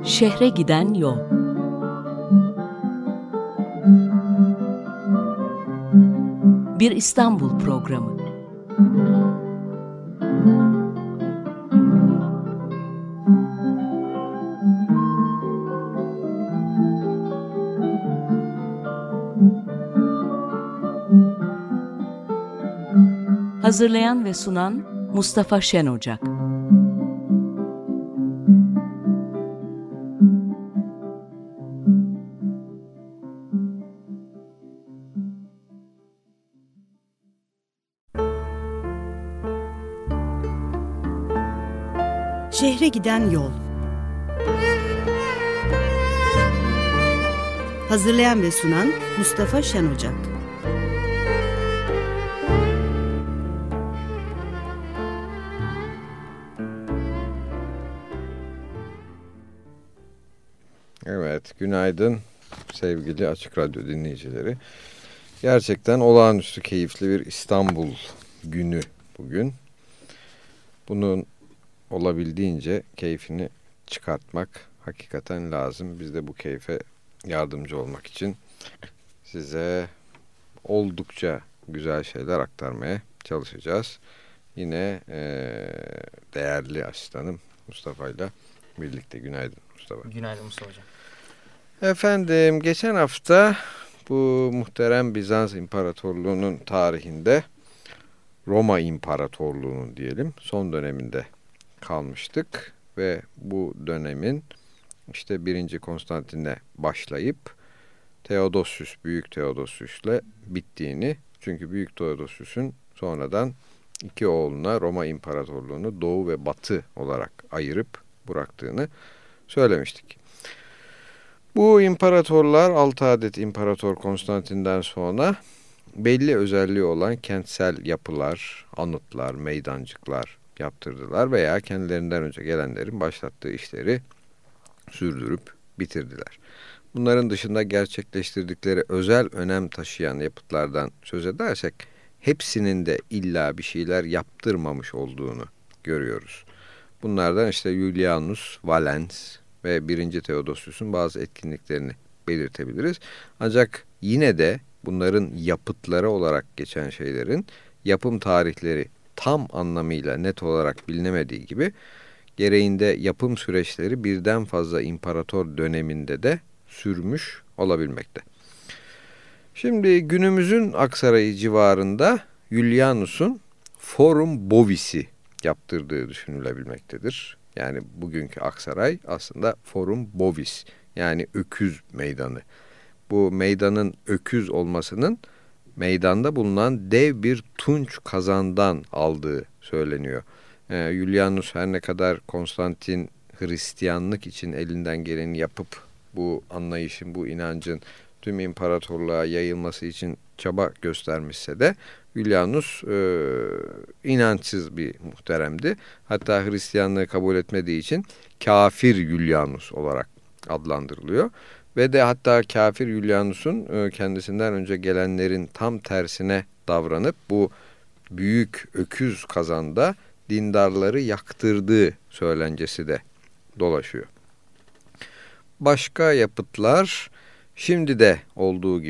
Şehre giden yol. Bir İstanbul programı. Hazırlayan ve sunan Mustafa Şen Ocak. Şehre giden yol. Hazırlayan ve sunan Mustafa Şen Ocak. Evet, günaydın sevgili Açık Radyo dinleyicileri. Gerçekten olağanüstü keyifli bir İstanbul günü bugün. Bunun olabildiğince keyfini çıkartmak hakikaten lazım. Biz de bu keyfe yardımcı olmak için size oldukça güzel şeyler aktarmaya çalışacağız. Yine değerli asistanım Mustafa ile birlikte. Günaydın Mustafa. Günaydın Mustafa Hocam. Efendim, geçen hafta bu muhterem Bizans İmparatorluğu'nun tarihinde Roma İmparatorluğu'nun diyelim son döneminde kalmıştık ve bu dönemin işte 1. Konstantin'le başlayıp Theodosius, Büyük Theodosius'le bittiğini, çünkü Büyük Theodosius'un sonradan iki oğluna Roma İmparatorluğu'nu doğu ve batı olarak ayırıp bıraktığını söylemiştik. Bu imparatorlar 6 adet imparator Konstantin'den sonra belli özelliği olan kentsel yapılar, anıtlar, meydancıklar yaptırdılar veya kendilerinden önce gelenlerin başlattığı işleri sürdürüp bitirdiler. Bunların dışında gerçekleştirdikleri özel önem taşıyan yapıtlardan söz edersek hepsinin de illa bir şeyler yaptırmamış olduğunu görüyoruz. Bunlardan işte Julianus, Valens ve 1. Theodosius'un bazı etkinliklerini belirtebiliriz. Ancak yine de bunların yapıtları olarak geçen şeylerin yapım tarihleri tam anlamıyla net olarak bilinemediği gibi gereğinde yapım süreçleri birden fazla imparator döneminde de sürmüş olabilmekte. Şimdi günümüzün Aksaray'ı civarında Julianus'un Forum Bovis'i yaptırdığı düşünülebilmektedir. Yani bugünkü Aksaray aslında Forum Bovis, yani öküz meydanı. Bu meydanın öküz olmasının meydanda bulunan dev bir tunç kazandan aldığı söyleniyor. Julianus her ne kadar Konstantin Hristiyanlık için elinden geleni yapıp bu anlayışın, bu inancın tüm imparatorluğa yayılması için çaba göstermişse de Julianus inançsız bir muhteremdi. Hatta Hristiyanlığı kabul etmediği için kafir Julianus olarak adlandırılıyor. Ve de hatta kafir Julianus'un kendisinden önce gelenlerin tam tersine davranıp bu büyük öküz kazanda dindarları yaktırdığı söylencesi de dolaşıyor. Başka yapıtlar şimdi de olduğu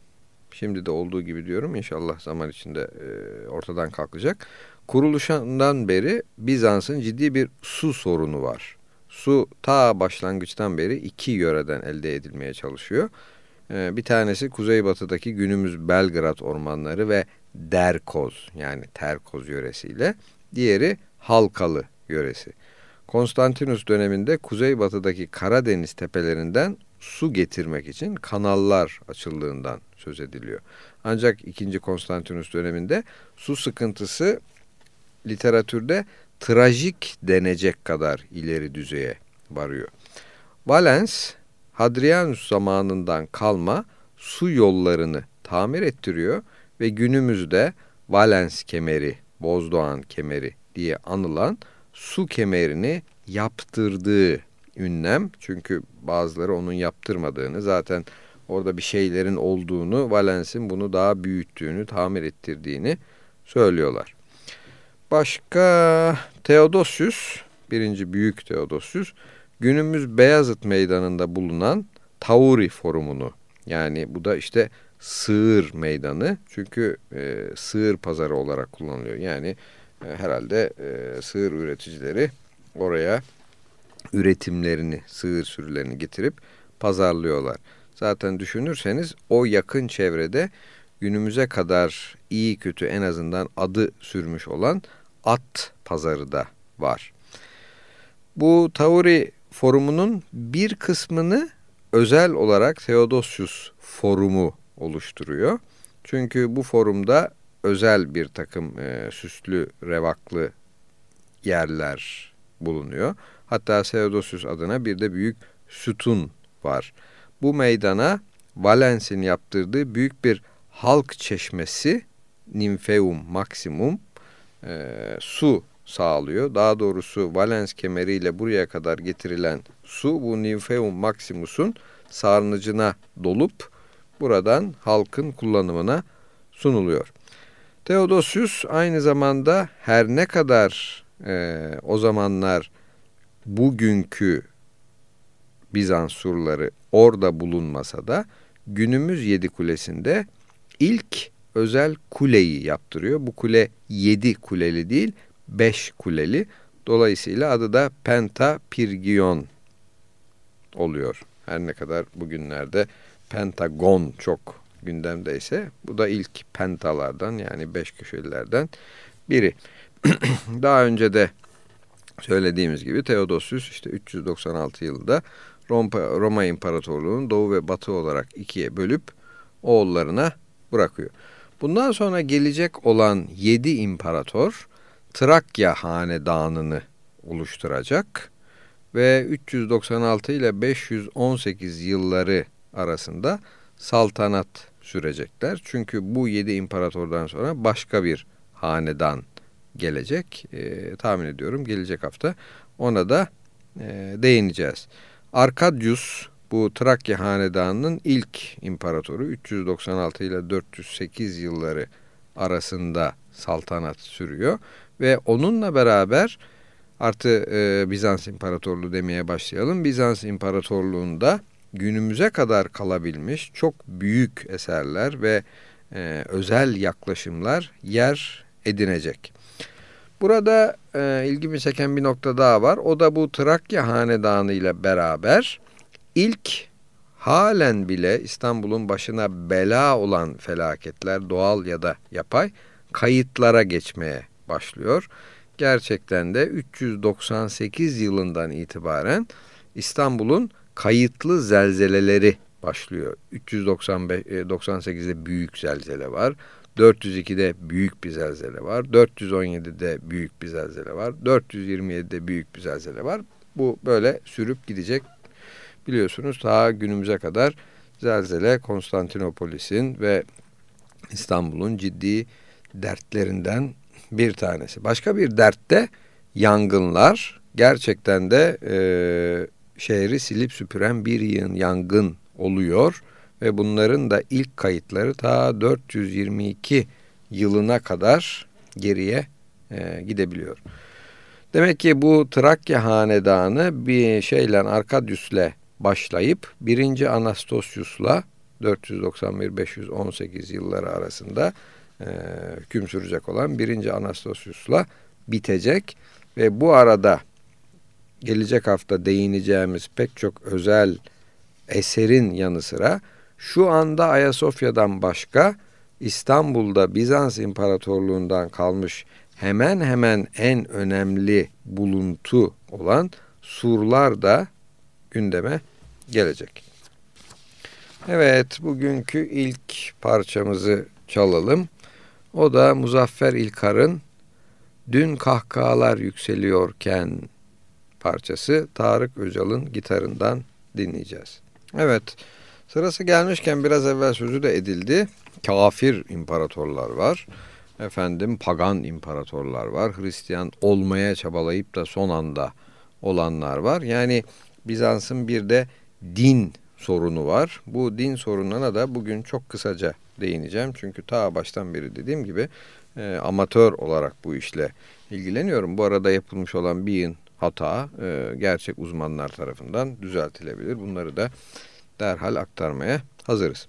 gibi diyorum, inşallah zaman içinde ortadan kalkacak. Kuruluşundan beri Bizans'ın ciddi bir su sorunu var. Su ta başlangıçtan beri iki yöreden elde edilmeye çalışıyor. Bir tanesi kuzeybatıdaki günümüz Belgrad ormanları ve Derkoz, yani Terkoz yöresiyle. Diğeri Halkalı yöresi. Konstantinus döneminde kuzeybatıdaki Karadeniz tepelerinden su getirmek için kanallar açıldığından söz ediliyor. Ancak 2. Konstantinus döneminde su sıkıntısı literatürde trajik denecek kadar ileri düzeye varıyor. Valens, Hadrianus zamanından kalma su yollarını tamir ettiriyor ve günümüzde Valens kemeri, Bozdoğan kemeri diye anılan su kemerini yaptırdığı ünlem. Çünkü bazıları onun yaptırmadığını, zaten orada bir şeylerin olduğunu, Valens'in bunu daha büyüttüğünü, tamir ettirdiğini söylüyorlar. Başka Theodosius, 1. Büyük Theodosius, günümüz Beyazıt Meydanı'nda bulunan Tauri Forumunu, yani bu da işte sığır meydanı, çünkü sığır pazarı olarak kullanılıyor. Yani herhalde sığır üreticileri oraya üretimlerini, sığır sürülerini getirip pazarlıyorlar. Zaten düşünürseniz o yakın çevrede günümüze kadar iyi kötü en azından adı sürmüş olan at pazarı da var. Bu Tauri Forumu'nun bir kısmını özel olarak Theodosius Forumu oluşturuyor. Çünkü bu forumda özel bir takım süslü, revaklı yerler bulunuyor. Hatta Theodosius adına bir de büyük sütun var. Bu meydana Valens'in yaptırdığı büyük bir halk çeşmesi, Nymphaeum Maximum, su sağlıyor. Daha doğrusu Valens kemeriyle buraya kadar getirilen su bu Nymphaeum Maximus'un sarnıcına dolup buradan halkın kullanımına sunuluyor. Theodosius aynı zamanda her ne kadar o zamanlar bugünkü Bizans surları orada bulunmasa da günümüz Yedikulesi'nde ilk özel kuleyi yaptırıyor. Bu kule 7 kuleli değil, 5 kuleli. Dolayısıyla adı da Pentapyrgion oluyor. Her ne kadar bugünlerde Pentagon çok gündemdeyse, bu da ilk pentalardan, yani 5 köşelilerden biri. Daha önce de söylediğimiz gibi Theodosius işte 396 yılında Roma İmparatorluğu'nun doğu ve batı olarak ikiye bölüp oğullarına bırakıyor. Bundan sonra gelecek olan 7 imparator Trakya hanedanını oluşturacak ve 396 ile 518 yılları arasında saltanat sürecekler. Çünkü bu 7 imparatordan sonra başka bir hanedan gelecek. Tahmin ediyorum gelecek hafta ona da değineceğiz. Arkadius, bu Trakya hanedanının ilk imparatoru, 396 ile 408 yılları arasında saltanat sürüyor ve onunla beraber artı Bizans İmparatorluğu demeye başlayalım. Bizans İmparatorluğu'nda günümüze kadar kalabilmiş çok büyük eserler ve özel yaklaşımlar yer edinecek. Burada ilgimi çeken bir nokta daha var. O da bu Trakya hanedanı ile beraber ilk halen bile İstanbul'un başına bela olan felaketler, doğal ya da yapay, kayıtlara geçmeye başlıyor. Gerçekten de 398 yılından itibaren İstanbul'un kayıtlı zelzeleleri başlıyor. 398'de büyük zelzele var. 402'de büyük bir zelzele var. 417'de büyük bir zelzele var. 427'de büyük bir zelzele var. Bu böyle sürüp gidecek. Biliyorsunuz ta günümüze kadar zelzele Konstantinopolis'in ve İstanbul'un ciddi dertlerinden bir tanesi. Başka bir dert de yangınlar. Gerçekten de şehri silip süpüren bir yığın yangın oluyor ve bunların da ilk kayıtları ta 422 yılına kadar geriye gidebiliyor. Demek ki bu Trakya hanedanı bir şeyle, Arkadius'le başlayıp 1. Anastasius'la 491-518 yılları arasında hüküm sürecek olan 1. Anastasius'la bitecek ve bu arada gelecek hafta değineceğimiz pek çok özel eserin yanı sıra şu anda Ayasofya'dan başka İstanbul'da Bizans İmparatorluğu'ndan kalmış hemen hemen en önemli buluntu olan surlar da gündeme gelecek. Evet, bugünkü ilk parçamızı çalalım. O da Muzaffer İlkar'ın Dün Kahkahalar Yükseliyorken parçası. Tarık Özal'ın gitarından dinleyeceğiz. Evet, sırası gelmişken biraz evvel sözü de edildi. Kafir imparatorlar var. Pagan imparatorlar var. Hristiyan olmaya çabalayıp da son anda olanlar var. Yani Bizans'ın bir de din sorunu var. Bu din sorununa da bugün çok kısaca değineceğim. Çünkü ta baştan beri dediğim gibi amatör olarak bu işle ilgileniyorum. Bu arada yapılmış olan bir yığın hata gerçek uzmanlar tarafından düzeltilebilir. Bunları da derhal aktarmaya hazırız.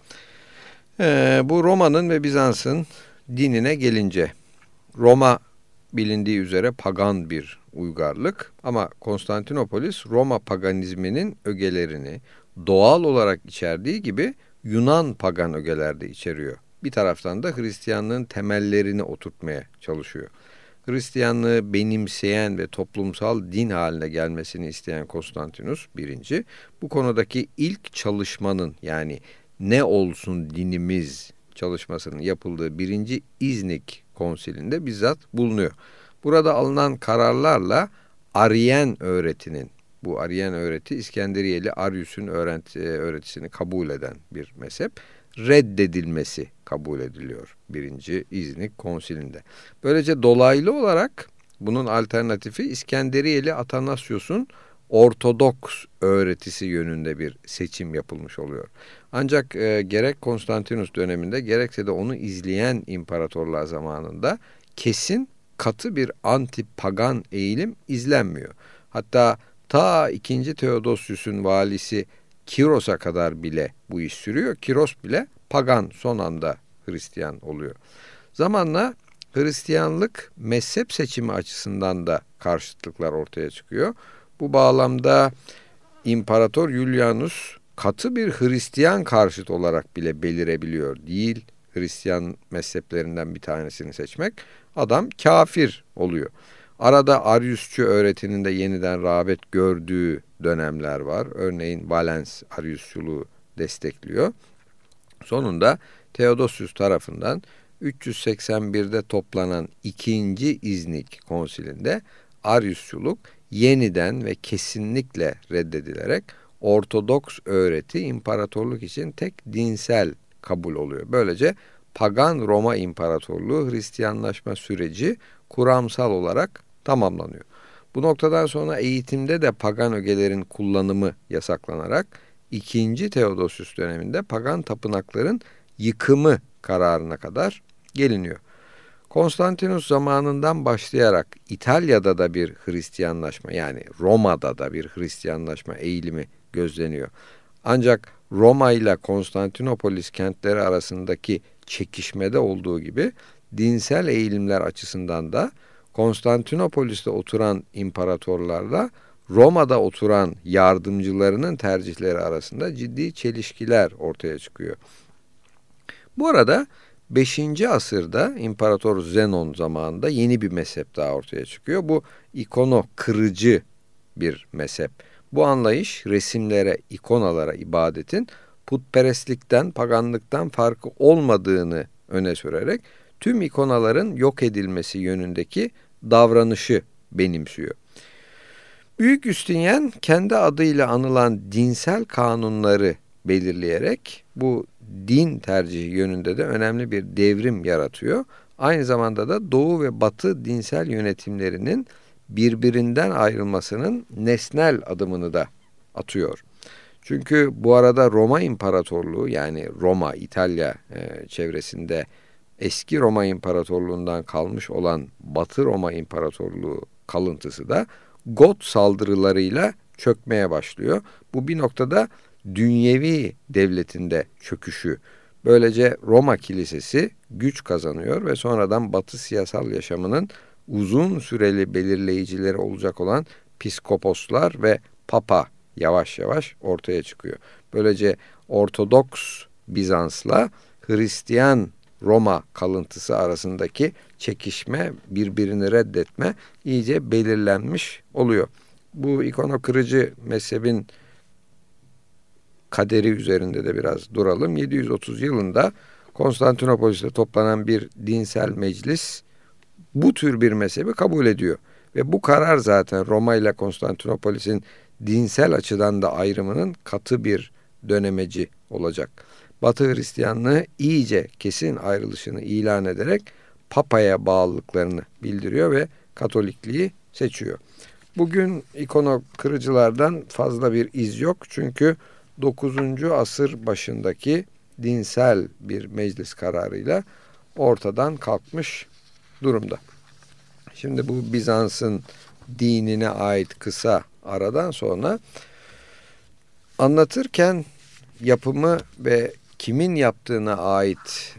Bu Roma'nın ve Bizans'ın dinine gelince, Roma bilindiği üzere pagan bir uygarlık ama Konstantinopolis Roma paganizminin ögelerini doğal olarak içerdiği gibi Yunan pagan ögeler de içeriyor. Bir taraftan da Hristiyanlığın temellerini oturtmaya çalışıyor. Hristiyanlığı benimseyen ve toplumsal din haline gelmesini isteyen Konstantinus I, bu konudaki ilk çalışmanın, yani ne olsun dinimiz çalışmasının yapıldığı 1. İznik konsilinde bizzat bulunuyor. Burada alınan kararlarla Ariyen öğretinin, bu Ariyen öğreti İskenderiyeli Arius'un öğretisini kabul eden bir mezhep, reddedilmesi kabul ediliyor 1. İznik konsilinde. Böylece dolaylı olarak bunun alternatifi İskenderiyeli Atanasios'un Ortodoks öğretisi yönünde bir seçim yapılmış oluyor. Ancak gerek Konstantinus döneminde gerekse de onu izleyen imparatorlar zamanında kesin katı bir anti-pagan eğilim izlenmiyor. Hatta ta 2. Theodosius'un valisi Kiros'a kadar bile bu iş sürüyor. Kiros bile pagan, son anda Hristiyan oluyor. Zamanla Hristiyanlık mezhep seçimi açısından da karşıtlıklar ortaya çıkıyor. Bu bağlamda İmparator Julianus katı bir Hristiyan karşıt olarak bile belirebiliyor. Değil Hristiyan mezheplerinden bir tanesini seçmek. Adam kafir oluyor. Arada Ariusçu öğretinin de yeniden rağbet gördüğü dönemler var. Örneğin Valens Ariusçuluğu destekliyor. Sonunda Theodosius tarafından 381'de toplanan 2. İznik konsilinde Ariusçuluk yeniden ve kesinlikle reddedilerek Ortodoks öğreti imparatorluk için tek dinsel kabul oluyor. Böylece pagan Roma İmparatorluğu Hristiyanlaşma süreci kuramsal olarak tamamlanıyor. Bu noktadan sonra eğitimde de pagan ögelerin kullanımı yasaklanarak 2. Theodosius döneminde pagan tapınakların yıkımı kararına kadar geliniyor. Konstantinus zamanından başlayarak İtalya'da da bir Hristiyanlaşma, yani Roma'da da bir Hristiyanlaşma eğilimi gözleniyor. Ancak Roma ile Konstantinopolis kentleri arasındaki çekişmede olduğu gibi dinsel eğilimler açısından da Konstantinopolis'te oturan imparatorlarla Roma'da oturan yardımcılarının tercihleri arasında ciddi çelişkiler ortaya çıkıyor. Bu arada 5. asırda İmparator Zenon zamanında yeni bir mezhep daha ortaya çıkıyor. Bu ikono kırıcı bir mezhep. Bu anlayış resimlere, ikonalara ibadetin putperestlikten, paganlıktan farkı olmadığını öne sürerek tüm ikonaların yok edilmesi yönündeki davranışı benimsiyor. Büyük Justinian kendi adıyla anılan dinsel kanunları belirleyerek bu din tercihi yönünde de önemli bir devrim yaratıyor. Aynı zamanda da Doğu ve Batı dinsel yönetimlerinin birbirinden ayrılmasının nesnel adımını da atıyor. Çünkü bu arada Roma İmparatorluğu, yani Roma, İtalya çevresinde eski Roma İmparatorluğundan kalmış olan Batı Roma İmparatorluğu kalıntısı da Got saldırılarıyla çökmeye başlıyor. Bu bir noktada dünyevi devletinde çöküşü. Böylece Roma Kilisesi güç kazanıyor ve sonradan Batı siyasal yaşamının uzun süreli belirleyicileri olacak olan piskoposlar ve papa yavaş yavaş ortaya çıkıyor. Böylece Ortodoks Bizans'la Hristiyan Roma kalıntısı arasındaki çekişme, birbirini reddetme iyice belirlenmiş oluyor. Bu ikono kırıcı mezhebin kaderi üzerinde de biraz duralım. 730 yılında Konstantinopolis'te toplanan bir dinsel meclis bu tür bir mezhebi kabul ediyor. Ve bu karar zaten Roma ile Konstantinopolis'in dinsel açıdan da ayrımının katı bir dönemeci olacak. Batı Hristiyanlığı iyice kesin ayrılışını ilan ederek Papa'ya bağlılıklarını bildiriyor ve Katolikliği seçiyor. Bugün ikono kırıcılardan fazla bir iz yok. Çünkü 9. asır başındaki dinsel bir meclis kararıyla ortadan kalkmış durumda. Şimdi bu Bizans'ın dinine ait kısa aradan sonra anlatırken yapımı ve kimin yaptığına ait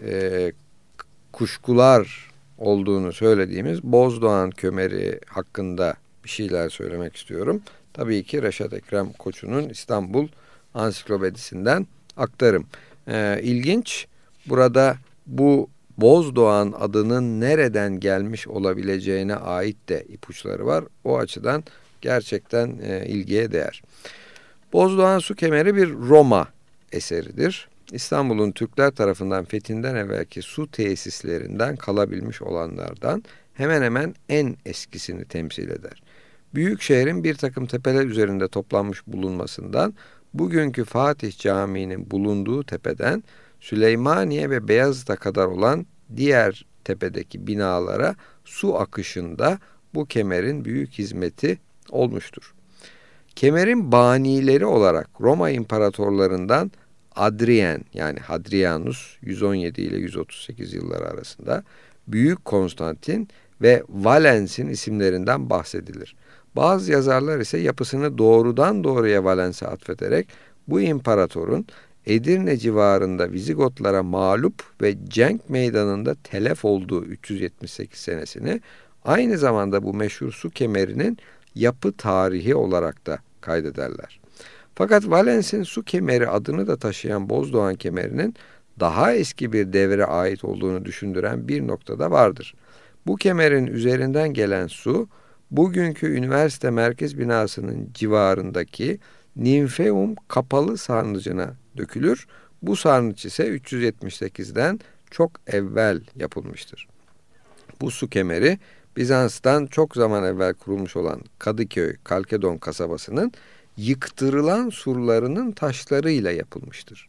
kuşkular olduğunu söylediğimiz Bozdoğan Kömeri hakkında bir şeyler söylemek istiyorum. Tabii ki Reşat Ekrem Koçu'nun İstanbul Ansiklopedisinden aktarım. İlginç, burada bu Bozdoğan adının nereden gelmiş olabileceğine ait de ipuçları var. O açıdan gerçekten ilgiye değer. Bozdoğan Su Kemeri bir Roma eseridir. İstanbul'un Türkler tarafından fethinden evvelki su tesislerinden kalabilmiş olanlardan hemen hemen en eskisini temsil eder. Büyük şehrin bir takım tepeler üzerinde toplanmış bulunmasından, bugünkü Fatih Camii'nin bulunduğu tepeden Süleymaniye ve Beyazıt'a kadar olan diğer tepedeki binalara su akışında bu kemerin büyük hizmeti olmuştur. Kemerin banileri olarak Roma imparatorlarından Adrien yani Hadrianus 117 ile 138 yılları arasında, Büyük Konstantin ve Valens'in isimlerinden bahsedilir. Bazı yazarlar ise yapısını doğrudan doğruya Valens'e atfederek bu imparatorun Edirne civarında Vizigotlara mağlup ve cenk meydanında telef olduğu 378 senesini, aynı zamanda bu meşhur su kemerinin yapı tarihi olarak da kaydederler. Fakat Valens'in su kemeri adını da taşıyan Bozdoğan kemerinin daha eski bir devre ait olduğunu düşündüren bir noktada vardır. Bu kemerin üzerinden gelen su, bugünkü üniversite merkez binasının civarındaki Ninfeum kapalı sarnıcına dökülür. Bu sarnıç ise 378'den çok evvel yapılmıştır. Bu su kemeri Bizans'tan çok zaman evvel kurulmuş olan Kadıköy, Kalkedon kasabasının yıktırılan surlarının taşlarıyla yapılmıştır.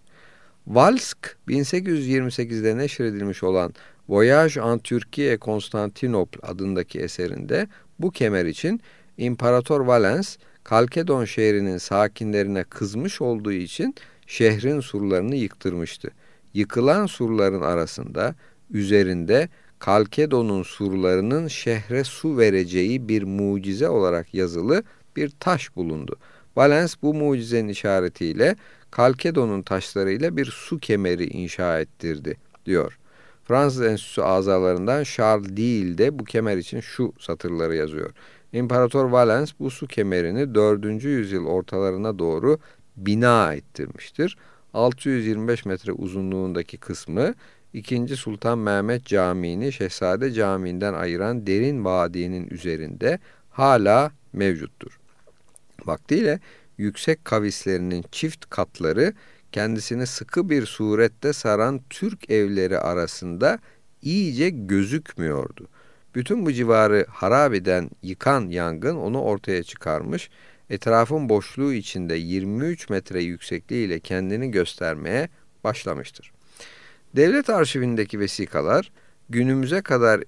Valsk 1828'de neşredilmiş olan Voyage en Turquie et Constantinople adındaki eserinde bu kemer için İmparator Valens, Kalkedon şehrinin sakinlerine kızmış olduğu için şehrin surlarını yıktırmıştı. Yıkılan surların arasında üzerinde Kalkedon'un surlarının şehre su vereceği bir mucize olarak yazılı bir taş bulundu. Valens bu mucizenin işaretiyle Kalkedon'un taşlarıyla bir su kemeri inşa ettirdi diyor. Fransız Enstitüsü azalarından Charles Dille de bu kemer için şu satırları yazıyor. İmparator Valens bu su kemerini 4. yüzyıl ortalarına doğru bina ettirmiştir. 625 metre uzunluğundaki kısmı 2. Sultan Mehmet Camii'ni Şehzade Camii'nden ayıran derin vadinin üzerinde hala mevcuttur. Vaktiyle yüksek kavislerinin çift katları kendisini sıkı bir surette saran Türk evleri arasında iyice gözükmüyordu. Bütün bu civarı harap eden yıkan yangın onu ortaya çıkarmış, etrafın boşluğu içinde 23 metre yüksekliğiyle kendini göstermeye başlamıştır. Devlet arşivindeki vesikalar günümüze kadar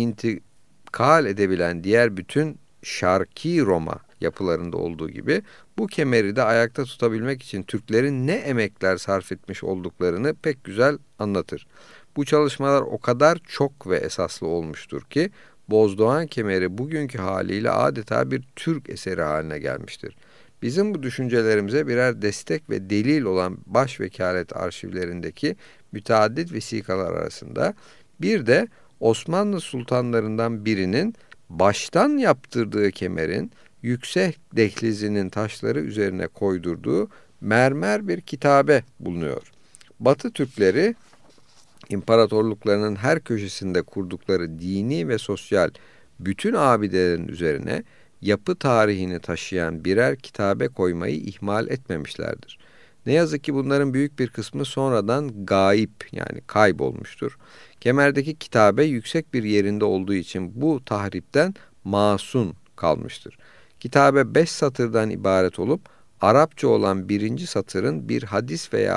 intikal edebilen diğer bütün Şarkî Roma yapılarında olduğu gibi bu kemeri de ayakta tutabilmek için Türklerin ne emekler sarf etmiş olduklarını pek güzel anlatır. Bu çalışmalar o kadar çok ve esaslı olmuştur ki Bozdoğan kemeri bugünkü haliyle adeta bir Türk eseri haline gelmiştir. Bizim bu düşüncelerimize birer destek ve delil olan başvekalet arşivlerindeki müteaddit vesikalar arasında bir de Osmanlı sultanlarından birinin baştan yaptırdığı kemerin yüksek dehlizinin taşları üzerine koydurduğu mermer bir kitabe bulunuyor. Batı Türkleri imparatorluklarının her köşesinde kurdukları dini ve sosyal bütün abidelerin üzerine yapı tarihini taşıyan birer kitabe koymayı ihmal etmemişlerdir. Ne yazık ki bunların büyük bir kısmı sonradan gayip yani kaybolmuştur. Kemerdeki kitabe yüksek bir yerinde olduğu için bu tahripten masun kalmıştır. Kitabe 5 satırdan ibaret olup Arapça olan birinci satırın bir hadis veya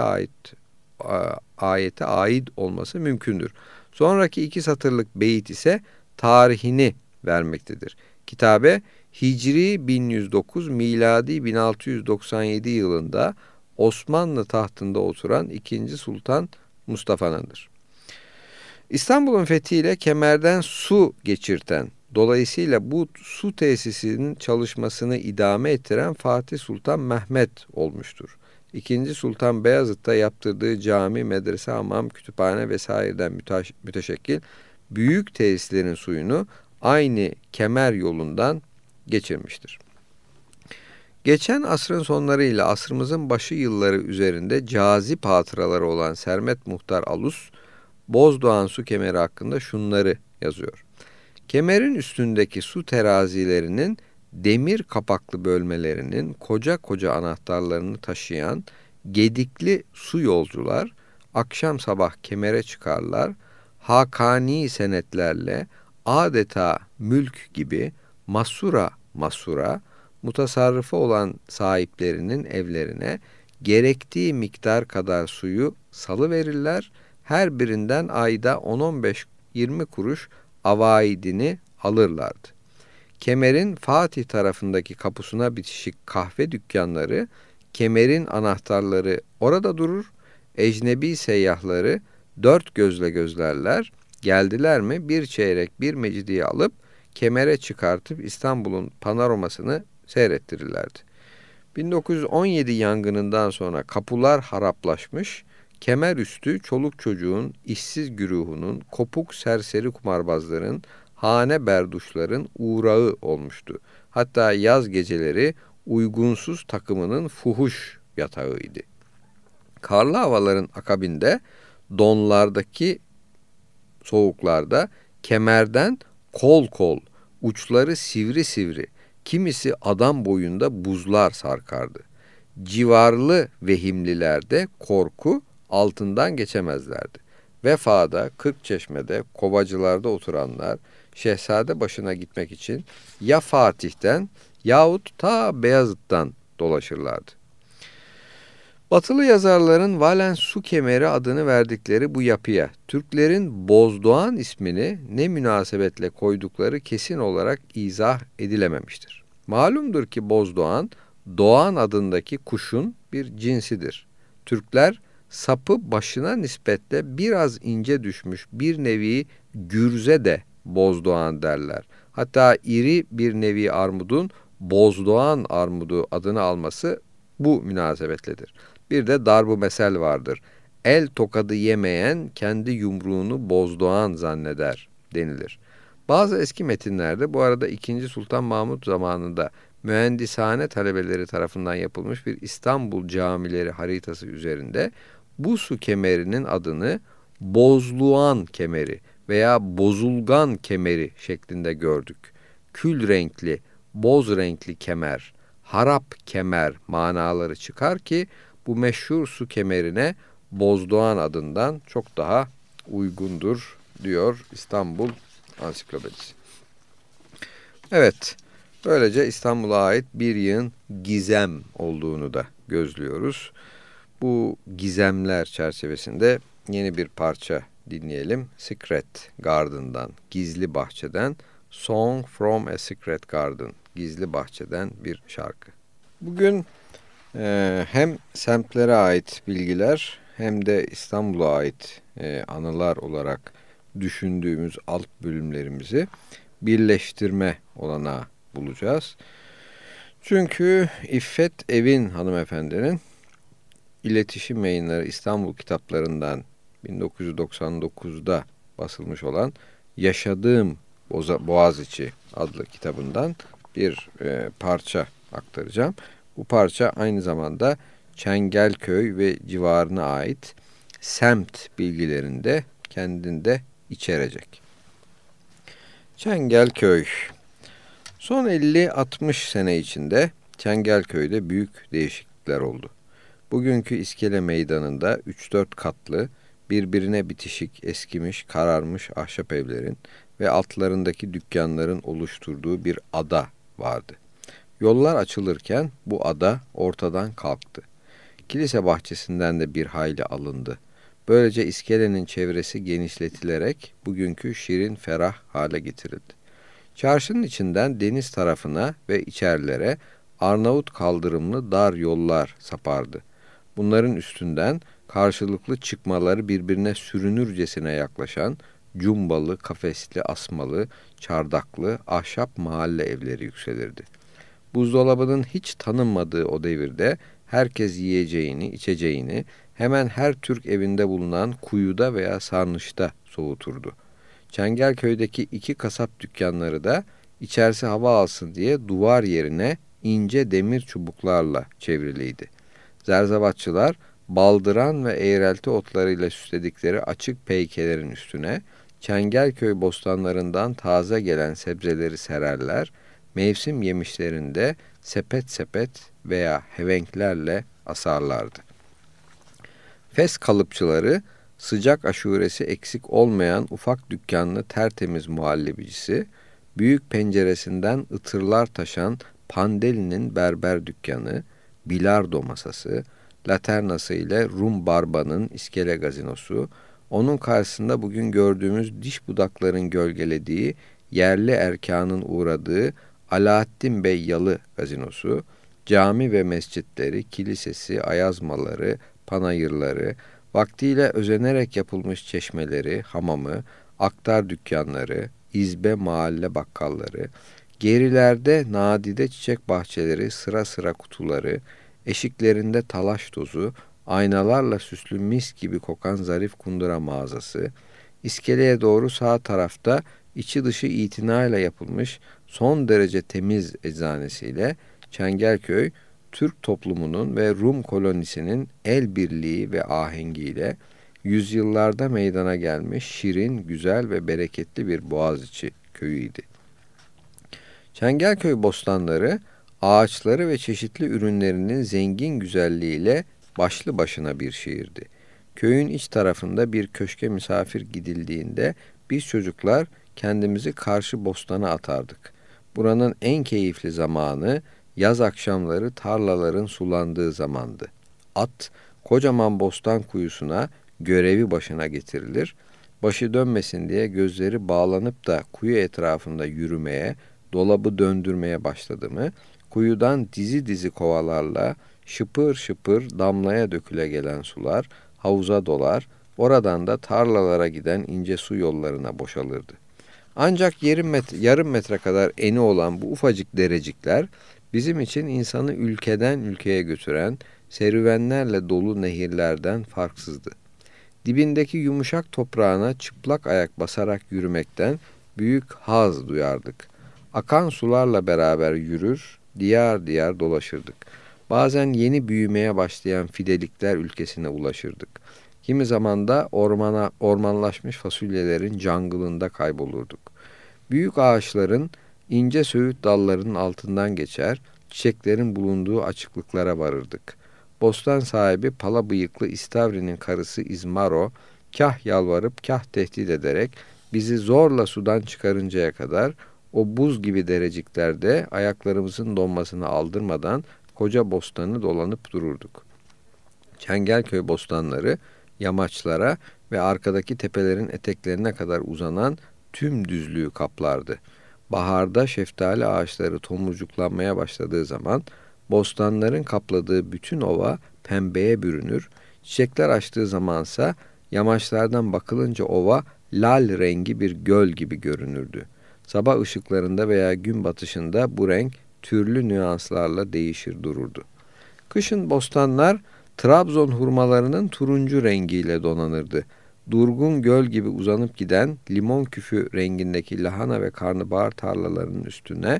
ayete ait olması mümkündür. Sonraki 2 satırlık beyit ise tarihini vermektedir. Kitabe Hicri 1109, miladi 1697 yılında Osmanlı tahtında oturan 2. Sultan Mustafa'nındır. İstanbul'un fethiyle kemerden su geçirten Dolayısıyla bu su tesisinin çalışmasını idame ettiren Fatih Sultan Mehmet olmuştur. İkinci Sultan Beyazıt'ta yaptırdığı cami, medrese, hamam, kütüphane vesaireden müteşekkil büyük tesislerin suyunu aynı kemer yolundan geçirmiştir. Geçen asrın sonlarıyla asrımızın başı yılları üzerinde cazip hatıraları olan Sermet Muhtar Alus, Bozdoğan su kemeri hakkında şunları yazıyor. Kemerin üstündeki su terazilerinin demir kapaklı bölmelerinin koca koca anahtarlarını taşıyan gedikli su yolcular akşam sabah kemere çıkarlar, hakani senetlerle adeta mülk gibi masura masura mutasarrıfı olan sahiplerinin evlerine gerektiği miktar kadar suyu salıverirler, her birinden ayda 10-15-20 kuruş avaidini alırlardı. Kemerin Fatih tarafındaki kapısına bitişik kahve dükkanları, kemerin anahtarları orada durur, ecnebi seyyahları dört gözle gözlerler, geldiler mi bir çeyrek bir mecidiye alıp kemere çıkartıp İstanbul'un panoramasını seyrettirirlerdi. 1917 yangınından sonra kapılar haraplaşmış, kemer üstü çoluk çocuğun, işsiz güruhunun, kopuk serseri kumarbazların, hane berduşların uğrağı olmuştu. Hatta yaz geceleri uygunsuz takımının fuhuş yatağıydı. Karlı havaların akabinde donlardaki soğuklarda kemerden kol kol, uçları sivri sivri, kimisi adam boyunda buzlar sarkardı. Civarlı vehimlilerde korku altından geçemezlerdi. Vefada, Kırkçeşme'de, Kovacılar'da oturanlar Şehzade başına gitmek için ya Fatih'ten yahut ta Beyazıt'tan dolaşırlardı. Batılı yazarların Valens su kemeri adını verdikleri bu yapıya Türklerin Bozdoğan ismini ne münasebetle koydukları kesin olarak izah edilememiştir. Malumdur ki Bozdoğan, Doğan adındaki kuşun bir cinsidir. Türkler sapı başına nispetle biraz ince düşmüş bir nevi gürze de Bozdoğan derler. Hatta iri bir nevi armudun Bozdoğan armudu adını alması bu münasebetledir. Bir de darbu mesel vardır. El tokadı yemeyen kendi yumruğunu Bozdoğan zanneder denilir. Bazı eski metinlerde bu arada 2. Sultan Mahmud zamanında mühendishane talebeleri tarafından yapılmış bir İstanbul camileri haritası üzerinde bu su kemerinin adını Bozluğan kemeri veya Bozulgan kemeri şeklinde gördük. Kül renkli, boz renkli kemer, harap kemer manaları çıkar ki bu meşhur su kemerine Bozdoğan adından çok daha uygundur diyor İstanbul Ansiklopedisi. Evet, böylece İstanbul'a ait bir yığın gizem olduğunu da gözlüyoruz. Bu gizemler çerçevesinde yeni bir parça dinleyelim. Secret Garden'dan, Gizli Bahçeden, Song from a Secret Garden, Gizli Bahçeden bir şarkı. Bugün hem semtlere ait bilgiler hem de İstanbul'a ait anılar olarak düşündüğümüz alt bölümlerimizi birleştirme olanağı bulacağız. Çünkü İffet Evin hanımefendinin İletişim Yayınları İstanbul kitaplarından 1999'da basılmış olan Yaşadığım Boğaziçi adlı kitabından bir parça aktaracağım. Bu parça aynı zamanda Çengelköy ve civarına ait semt bilgilerini de kendinde içerecek. Çengelköy. Son 50-60 sene içinde Çengelköy'de büyük değişiklikler oldu. Bugünkü İskele Meydanı'nda 3-4 katlı, birbirine bitişik, eskimiş, kararmış ahşap evlerin ve altlarındaki dükkanların oluşturduğu bir ada vardı. Yollar açılırken bu ada ortadan kalktı. Kilise bahçesinden de bir hayli alındı. Böylece iskelenin çevresi genişletilerek bugünkü şirin ferah hale getirildi. Çarşının içinden deniz tarafına ve içerilere Arnavut kaldırımlı dar yollar sapardı. Bunların üstünden karşılıklı çıkmaları birbirine sürünürcesine yaklaşan cumbalı, kafesli, asmalı, çardaklı, ahşap mahalle evleri yükselirdi. Buzdolabının hiç tanınmadığı o devirde herkes yiyeceğini, içeceğini hemen her Türk evinde bulunan kuyuda veya sarnıçta soğuturdu. Çengelköy'deki 2 kasap dükkanları da içerisi hava alsın diye duvar yerine ince demir çubuklarla çevriliydi. Zerzavatçılar baldıran ve eğrelti otlarıyla süsledikleri açık peykelerin üstüne Çengelköy bostanlarından taze gelen sebzeleri sererler, mevsim yemişlerinde sepet sepet veya hevenklerle asarlardı. Fes kalıpçıları sıcak aşuresi eksik olmayan ufak dükkanlı tertemiz muhallebicisi, büyük penceresinden ıtırlar taşan Pandeli'nin berber dükkanı, bilardo masası, laternası ile Rum Barba'nın iskele gazinosu, onun karşısında bugün gördüğümüz diş budakların gölgelediği, yerli erkanın uğradığı Alaaddin Bey Yalı gazinosu, cami ve mescitleri, kilisesi, ayazmaları, panayırları, vaktiyle özenerek yapılmış çeşmeleri, hamamı, aktar dükkanları, izbe mahalle bakkalları, gerilerde nadide çiçek bahçeleri, sıra sıra kutuları, eşiklerinde talaş tozu, aynalarla süslü mis gibi kokan zarif kundura mağazası, iskeleye doğru sağ tarafta içi dışı itinayla yapılmış son derece temiz eczanesiyle Çengelköy, Türk toplumunun ve Rum kolonisinin el birliği ve ahengiyle yüzyıllarda meydana gelmiş şirin, güzel ve bereketli bir Boğaziçi köyüydü. Çengelköy bostanları, ağaçları ve çeşitli ürünlerinin zengin güzelliğiyle başlı başına bir şehirdi. Köyün iç tarafında bir köşke misafir gidildiğinde biz çocuklar kendimizi karşı bostana atardık. Buranın en keyifli zamanı yaz akşamları tarlaların sulandığı zamandı. At, kocaman bostan kuyusuna görevi başına getirilir. Başı dönmesin diye gözleri bağlanıp da kuyu etrafında yürümeye, dolabı döndürmeye başladı mı, kuyudan dizi dizi kovalarla şıpır şıpır damlaya döküle gelen sular havuza dolar, oradan da tarlalara giden ince su yollarına boşalırdı. Ancak yarım metre kadar eni olan bu ufacık derecikler bizim için insanı ülkeden ülkeye götüren serüvenlerle dolu nehirlerden farksızdı. Dibindeki yumuşak toprağına çıplak ayak basarak yürümekten büyük haz duyardık. Akan sularla beraber yürür, diyar diyar dolaşırdık. Bazen yeni büyümeye başlayan fidelikler ülkesine ulaşırdık. Kimi zaman da ormanlaşmış fasulyelerin jungle'ında kaybolurduk. Büyük ağaçların ince söğüt dallarının altından geçer, çiçeklerin bulunduğu açıklıklara varırdık. Bostan sahibi pala bıyıklı İstavri'nin karısı İzmaro, kah yalvarıp kah tehdit ederek bizi zorla sudan çıkarıncaya kadar o buz gibi dereciklerde ayaklarımızın donmasını aldırmadan koca bostanı dolanıp dururduk. Çengelköy bostanları yamaçlara ve arkadaki tepelerin eteklerine kadar uzanan tüm düzlüğü kaplardı. Baharda şeftali ağaçları tomurcuklanmaya başladığı zaman bostanların kapladığı bütün ova pembeye bürünür, çiçekler açtığı zamansa yamaçlardan bakılınca ova lal rengi bir göl gibi görünürdü. Sabah ışıklarında veya gün batışında bu renk türlü nüanslarla değişir dururdu. Kışın bostanlar Trabzon hurmalarının turuncu rengiyle donanırdı. Durgun göl gibi uzanıp giden limon küfü rengindeki lahana ve karnabahar tarlalarının üstüne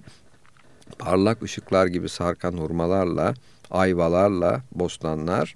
parlak ışıklar gibi sarkan hurmalarla, ayvalarla bostanlar,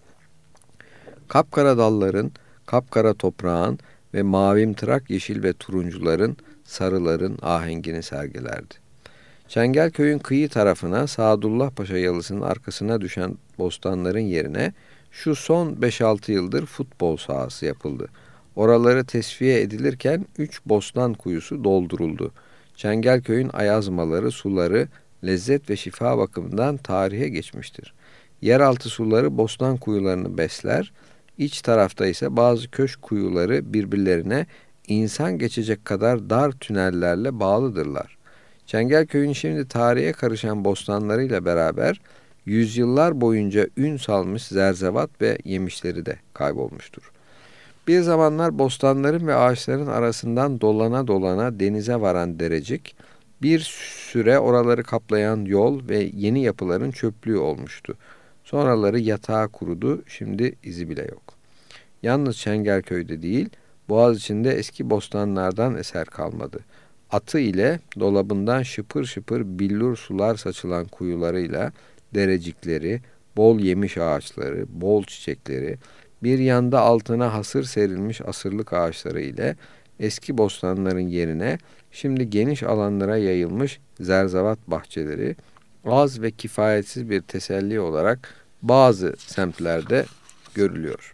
kapkara dalların, kapkara toprağın ve mavimtırak yeşil ve turuncuların, sarıların ahengini sergilerdi. Çengelköy'ün kıyı tarafına Sadullah Paşa Yalısı'nın arkasına düşen bostanların yerine şu son 5-6 yıldır futbol sahası yapıldı. Oraları tesviye edilirken 3 bostan kuyusu dolduruldu. Çengelköy'ün ayazmaları, suları, lezzet ve şifa bakımından tarihe geçmiştir. Yeraltı suları bostan kuyularını besler, iç tarafta ise bazı köşk kuyuları birbirlerine insan geçecek kadar dar tünellerle bağlıdırlar. Çengelköy'ün şimdi tarihe karışan bostanlarıyla beraber yüzyıllar boyunca ün salmış zerzevat ve yemişleri de kaybolmuştur. Bir zamanlar bostanların ve ağaçların arasından dolana dolana denize varan derecik, bir süre oraları kaplayan yol ve yeni yapıların çöplüğü olmuştu. Sonraları yatağa kurudu, şimdi izi bile yok. Yalnız Çengelköy'de değil, Boğaziçi'nde eski bostanlardan eser kalmadı. Atı ile dolabından şıpır şıpır billur sular saçılan kuyularıyla derecikleri, bol yemiş ağaçları, bol çiçekleri, bir yanda altına hasır serilmiş asırlık ağaçları ile eski bostanların yerine şimdi geniş alanlara yayılmış zerzevat bahçeleri az ve kifayetsiz bir teselli olarak bazı semtlerde görülüyor.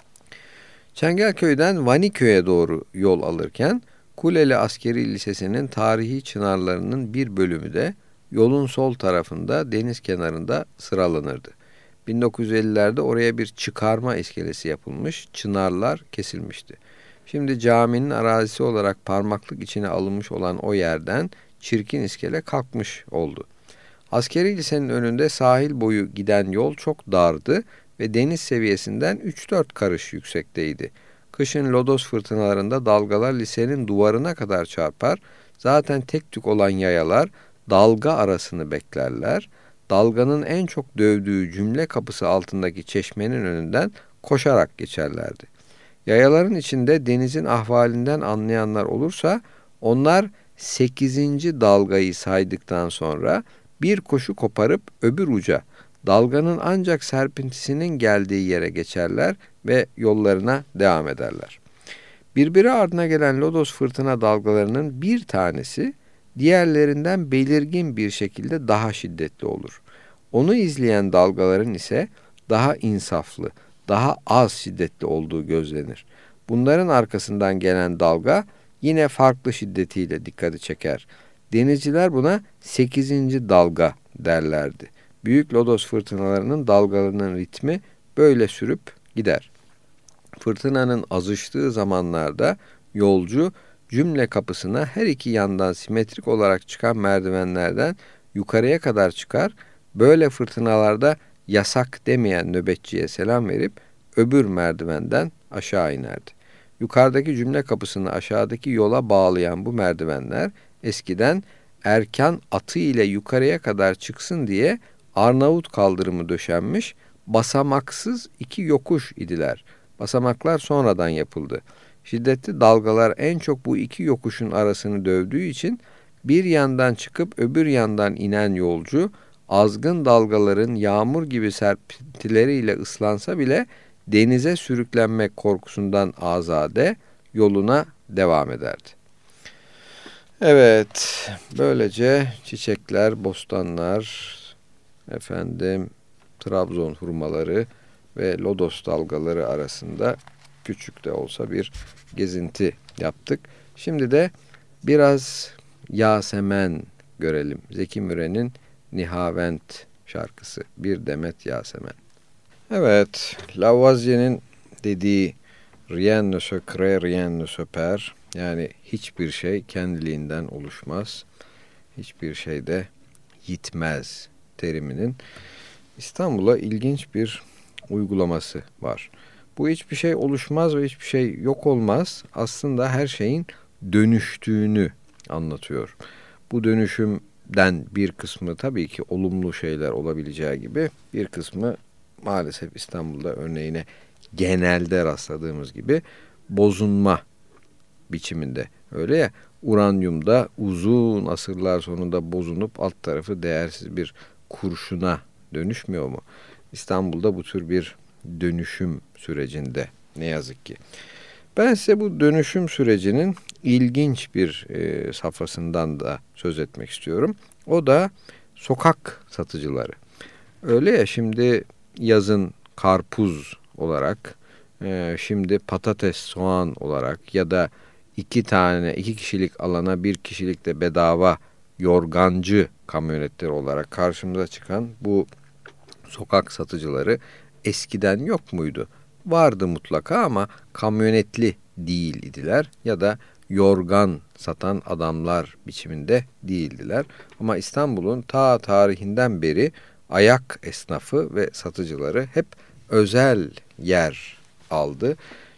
Çengelköy'den Vaniköy'e doğru yol alırken Kuleli Askeri Lisesi'nin tarihi çınarlarının bir bölümü de yolun sol tarafında deniz kenarında sıralanırdı. 1950'lerde oraya bir çıkarma iskelesi yapılmış, çınarlar kesilmişti. Şimdi caminin arazisi olarak parmaklık içine alınmış olan o yerden çirkin iskele kalkmış oldu. Askeri lisenin önünde sahil boyu giden yol çok dardı ve deniz seviyesinden 3-4 karış yüksekteydi. Kışın lodos fırtınalarında dalgalar lisenin duvarına kadar çarpar, zaten tek tük olan yayalar dalga arasını beklerler, dalganın en çok dövdüğü cümle kapısı altındaki çeşmenin önünden koşarak geçerlerdi. Yayaların içinde denizin ahvalinden anlayanlar olursa onlar 8. dalgayı saydıktan sonra bir koşu koparıp öbür uca dalganın ancak serpintisinin geldiği yere geçerler ve yollarına devam ederler. Birbiri ardına gelen lodos fırtına dalgalarının bir tanesi diğerlerinden belirgin bir şekilde daha şiddetli olur. Onu izleyen dalgaların ise daha insaflı, daha az şiddetli olduğu gözlenir. Bunların arkasından gelen dalga yine farklı şiddetiyle dikkati çeker. Denizciler buna 8. dalga derlerdi. Büyük lodos fırtınalarının dalgalarının ritmi böyle sürüp gider. Fırtınanın azıştığı zamanlarda yolcu cümle kapısına her iki yandan simetrik olarak çıkan merdivenlerden yukarıya kadar çıkar, böyle fırtınalarda yasak demeyen nöbetçiye selam verip öbür merdivenden aşağı inerdi. Yukarıdaki cümle kapısını aşağıdaki yola bağlayan bu merdivenler eskiden erkan atı ile yukarıya kadar çıksın diye Arnavut kaldırımı döşenmiş, basamaksız 2 yokuş idiler. Basamaklar sonradan yapıldı. Şiddetli dalgalar en çok bu 2 yokuşun arasını dövdüğü için bir yandan çıkıp öbür yandan inen yolcu azgın dalgaların yağmur gibi serpintileriyle ıslansa bile denize sürüklenmek korkusundan azade yoluna devam ederdi. Evet, böylece çiçekler, bostanlar, Trabzon hurmaları ve lodos dalgaları arasında küçük de olsa bir gezinti yaptık. Şimdi de biraz Yasemen görelim. Zeki Müren'in Nihavent şarkısı. Bir demet Yasemen. Evet, Lavoisier'in dediği rien ne se crée, rien ne se perd. Yani hiçbir şey kendiliğinden oluşmaz. Hiçbir şey de yitmez teriminin İstanbul'a ilginç bir uygulaması var. Bu hiçbir şey oluşmaz ve hiçbir şey yok olmaz. Aslında her şeyin dönüştüğünü anlatıyor. Bu dönüşümden bir kısmı tabii ki olumlu şeyler olabileceği gibi bir kısmı maalesef İstanbul'da örneğine genelde rastladığımız gibi bozulma biçiminde. Öyle ya, uranyumda uzun asırlar sonunda bozunup alt tarafı değersiz bir kurşuna dönüşmüyor mu? İstanbul'da bu tür bir dönüşüm sürecinde ne yazık ki. Ben size bu dönüşüm sürecinin ilginç bir safhasından da söz etmek istiyorum. O da sokak satıcıları. Öyle ya, şimdi yazın karpuz olarak, şimdi patates, soğan olarak ya da 2 kişilik alana 1 kişilik de bedava yorgancı kamyonetleri olarak karşımıza çıkan bu sokak satıcıları eskiden yok muydu? Vardı mutlaka ama kamyonetli değil idiler ya da yorgan satan adamlar biçiminde değildiler. Ama İstanbul'un ta tarihinden beri ayak esnafı ve satıcıları hep özel yer aldı.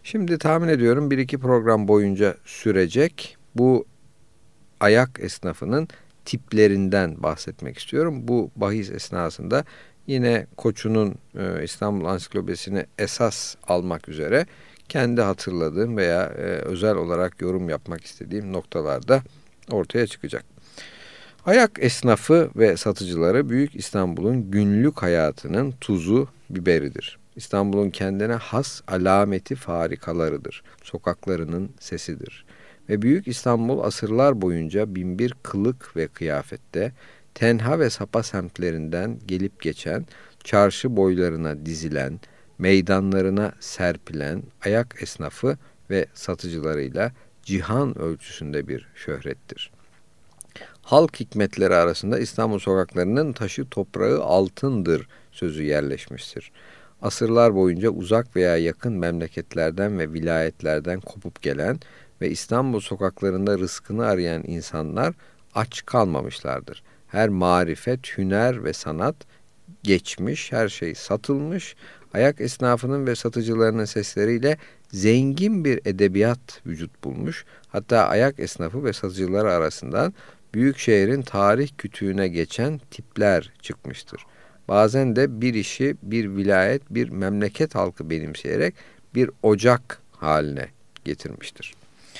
Şimdi tahmin ediyorum 1-2 program boyunca sürecek bu ayak esnafının tiplerinden bahsetmek istiyorum. Bu bahis esnasında yine Koçu'nun İstanbul Ansiklopedisini esas almak üzere kendi hatırladığım veya özel olarak yorum yapmak istediğim noktalarda ortaya çıkacak. Ayak esnafı ve satıcıları Büyük İstanbul'un günlük hayatının tuzu, biberidir. İstanbul'un kendine has alameti farikalarıdır. Sokaklarının sesidir. Ve Büyük İstanbul asırlar boyunca binbir kılık ve kıyafette, tenha ve sapa semtlerinden gelip geçen, çarşı boylarına dizilen, meydanlarına serpilen ayak esnafı ve satıcılarıyla cihan ölçüsünde bir şöhrettir. Halk hikmetleri arasında İstanbul sokaklarının taşı toprağı altındır sözü yerleşmiştir. Asırlar boyunca uzak veya yakın memleketlerden ve vilayetlerden kopup gelen ve İstanbul sokaklarında rızkını arayan insanlar aç kalmamışlardır. Her marifet, hüner ve sanat geçmiş, her şey satılmış, ayak esnafının ve satıcılarının sesleriyle zengin bir edebiyat vücut bulmuş. Hatta ayak esnafı ve satıcıları arasından büyük şehrin tarih kütüğüne geçen tipler çıkmıştır. Bazen de bir işi bir vilayet, bir memleket halkı benimseyerek bir ocak haline getirmiştir.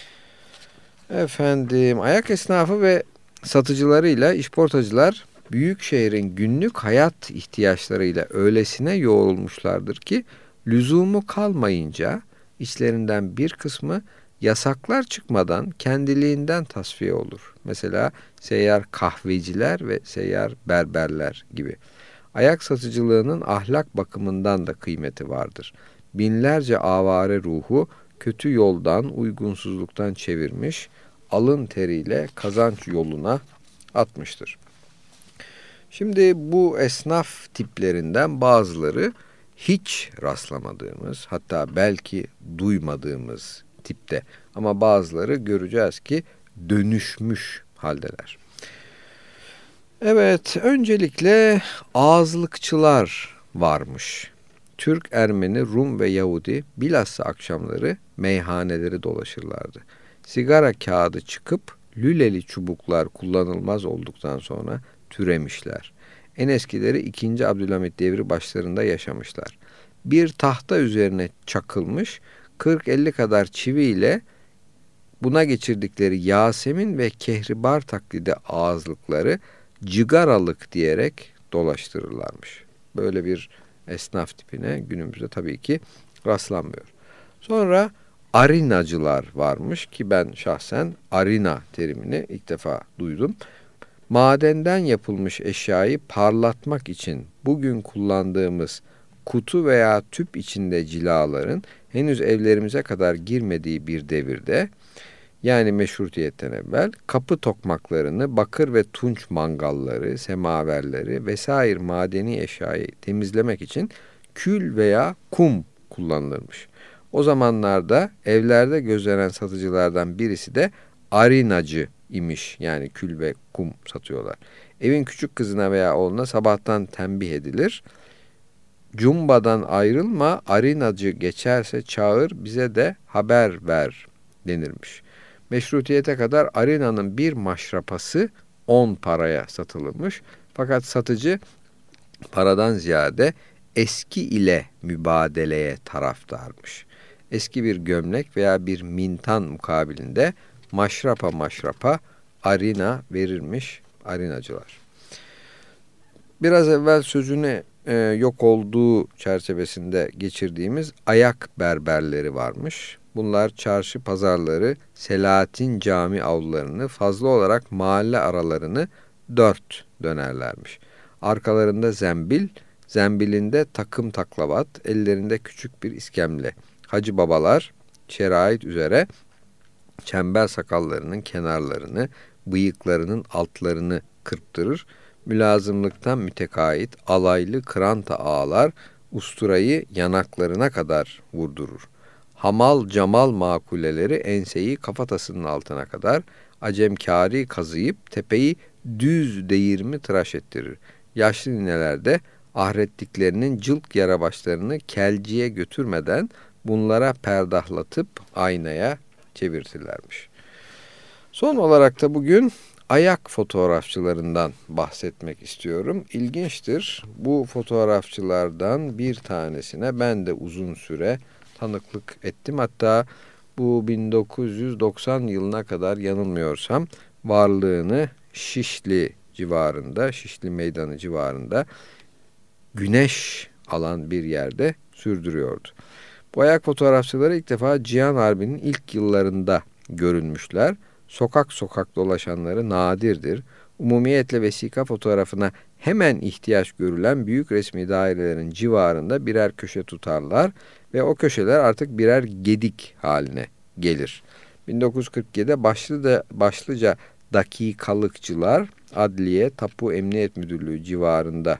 Ayak esnafı ve satıcılarıyla işportacılar büyük şehrin günlük hayat ihtiyaçlarıyla öylesine yoğrulmuşlardır ki lüzumu kalmayınca içlerinden bir kısmı yasaklar çıkmadan kendiliğinden tasfiye olur. Mesela seyyar kahveciler ve seyyar berberler gibi. Ayak satıcılığının ahlak bakımından da kıymeti vardır. Binlerce avare ruhu kötü yoldan, uygunsuzluktan çevirmiş, alın teriyle kazanç yoluna atmıştır. Şimdi bu esnaf tiplerinden bazıları hiç rastlamadığımız, hatta belki duymadığımız tipte. Ama bazıları göreceğiz ki dönüşmüş haldeler. Evet, öncelikle ağızlıkçılar varmış. Türk, Ermeni, Rum ve Yahudi bilhassa akşamları meyhaneleri dolaşırlardı. Sigara kağıdı çıkıp lüleli çubuklar kullanılmaz olduktan sonra türemişler. En eskileri 2. Abdülhamit devri başlarında yaşamışlar. Bir tahta üzerine çakılmış 40-50 kadar çiviyle buna geçirdikleri Yasemin ve Kehribar taklidi ağızlıkları cigaralık diyerek dolaştırırlarmış. Böyle bir esnaf tipine günümüzde tabii ki rastlanmıyor. Sonra arinacılar varmış ki ben şahsen arina terimini ilk defa duydum. Madenden yapılmış eşyayı parlatmak için bugün kullandığımız kutu veya tüp içinde cilaların henüz evlerimize kadar girmediği bir devirde, yani meşrutiyetten evvel, kapı tokmaklarını, bakır ve tunç mangalları, semaverleri vesaire madeni eşyayı temizlemek için kül veya kum kullanılırmış. O zamanlarda evlerde gözlenen satıcılardan birisi de arinacı imiş, yani kül ve kum satıyorlar. Evin küçük kızına veya oğluna sabahtan tembih edilir. Cumbadan ayrılma, arinacı geçerse çağır, bize de haber ver denirmiş. Meşrutiyete kadar arinanın bir maşrapası 10 paraya satılırmış. Fakat satıcı paradan ziyade eski ile mübadeleye taraftarmış. Eski bir gömlek veya bir mintan mukabilinde maşrapa arina verirmiş arinacılar. Biraz evvel sözüne yok olduğu çerçevesinde geçirdiğimiz ayak berberleri varmış. Bunlar çarşı pazarları, Selahattin cami avlularını, fazla olarak mahalle aralarını 4 dönerlermiş. Arkalarında zembil, zembilinde takım taklavat, ellerinde küçük bir iskemle. Hacı babalar şerait üzere çember sakallarının kenarlarını, bıyıklarının altlarını kırptırır. Mülazımlıktan mütekait alaylı kıranta ağalar usturayı yanaklarına kadar vurdurur. Hamal camal makuleleri enseyi kafatasının altına kadar acemkâri kazıyıp tepeyi düz değirmi tıraş ettirir. Yaşlı nineler de ahrettiklerinin cılk yara başlarını kelciye götürmeden bunlara perdahlatıp aynaya çevirtilermiş. Son olarak da bugün ayak fotoğrafçılarından bahsetmek istiyorum. İlginçtir. Bu fotoğrafçılardan bir tanesine ben de uzun süre tanıklık ettim. Hatta bu 1990 yılına kadar yanılmıyorsam varlığını Şişli civarında, Şişli Meydanı civarında güneş alan bir yerde sürdürüyordu. Bu ayak fotoğrafçıları ilk defa Cihan Harbi'nin ilk yıllarında görülmüşler. Sokak sokak dolaşanları nadirdir. Umumiyetle vesika fotoğrafına hemen ihtiyaç görülen büyük resmi dairelerin civarında birer köşe tutarlar ve o köşeler artık birer gedik haline gelir. 1947'de başlıca dakikalıkçılar Adliye, Tapu Emniyet Müdürlüğü civarında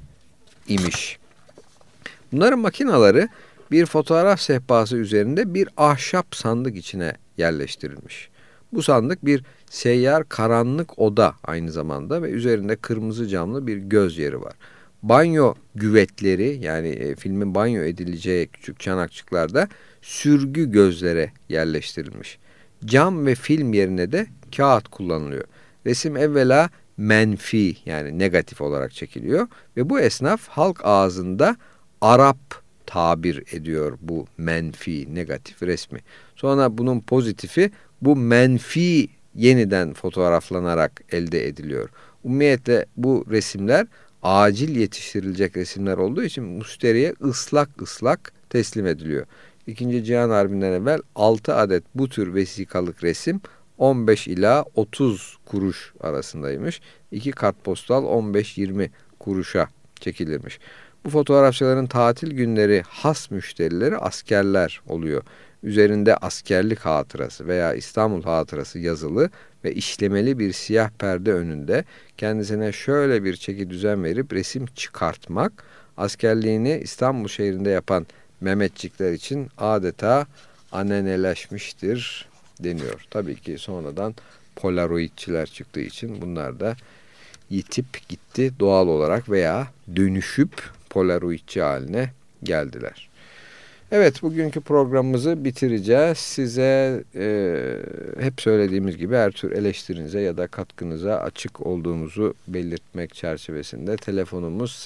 imiş. Bunların makinaları bir fotoğraf sehpası üzerinde bir ahşap sandık içine yerleştirilmiş. Bu sandık bir seyyar karanlık oda aynı zamanda ve üzerinde kırmızı camlı bir göz yeri var. Banyo güvetleri yani filmin banyo edileceği küçük çanakçıklarda sürgü gözlere yerleştirilmiş. Cam ve film yerine de kağıt kullanılıyor. Resim evvela menfi yani negatif olarak çekiliyor ve bu esnaf halk ağzında Arap tabir ediyor bu menfi negatif resmi. Sonra bunun pozitifi bu menfi yeniden fotoğraflanarak elde ediliyor. Umumiyetle bu resimler acil yetiştirilecek resimler olduğu için müşteriye ıslak ıslak teslim ediliyor. İkinci Cihan Harbi'nden evvel 6 adet bu tür vesikalık resim 15 ila 30 kuruş arasındaymış. 2 kartpostal 15-20 kuruşa çekilirmiş. Bu fotoğrafçıların tatil günleri has müşterileri askerler oluyor. Üzerinde askerlik hatırası veya İstanbul hatırası yazılı ve işlemeli bir siyah perde önünde kendisine şöyle bir çeki düzen verip resim çıkartmak, askerliğini İstanbul şehrinde yapan Mehmetçikler için adeta aneneleşmiştir deniyor. Tabii ki sonradan polaroidçiler çıktığı için bunlar da yitip gitti doğal olarak veya dönüşüp polaroidçi haline geldiler. Evet, bugünkü programımızı bitireceğiz. Size hep söylediğimiz gibi her tür eleştirinize ya da katkınıza açık olduğumuzu belirtmek çerçevesinde telefonumuz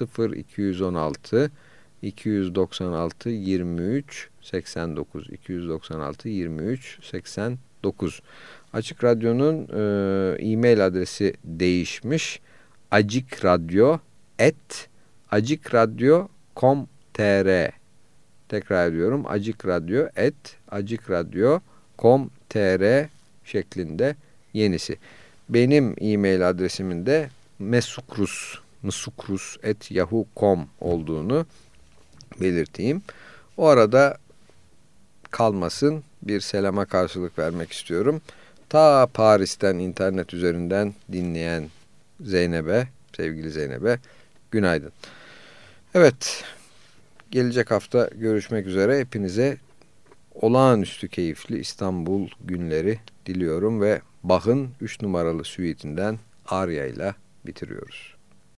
0216 296 23 89 296 23 89. Açık Radyo'nun e-mail adresi değişmiş. acikradyo@acikradyo.com.tr. Tekrar ediyorum. acikradyo@acikradyo.com.tr şeklinde yenisi. Benim e-mail adresimin de mesukrus@yahoo.com olduğunu belirteyim. O arada kalmasın, bir selama karşılık vermek istiyorum. Ta Paris'ten internet üzerinden dinleyen Zeynep'e, sevgili Zeynep'e günaydın. Evet, gelecek hafta görüşmek üzere. Hepinize olağanüstü keyifli İstanbul günleri diliyorum ve Bach'ın 3 numaralı süitinden Arya ile bitiriyoruz.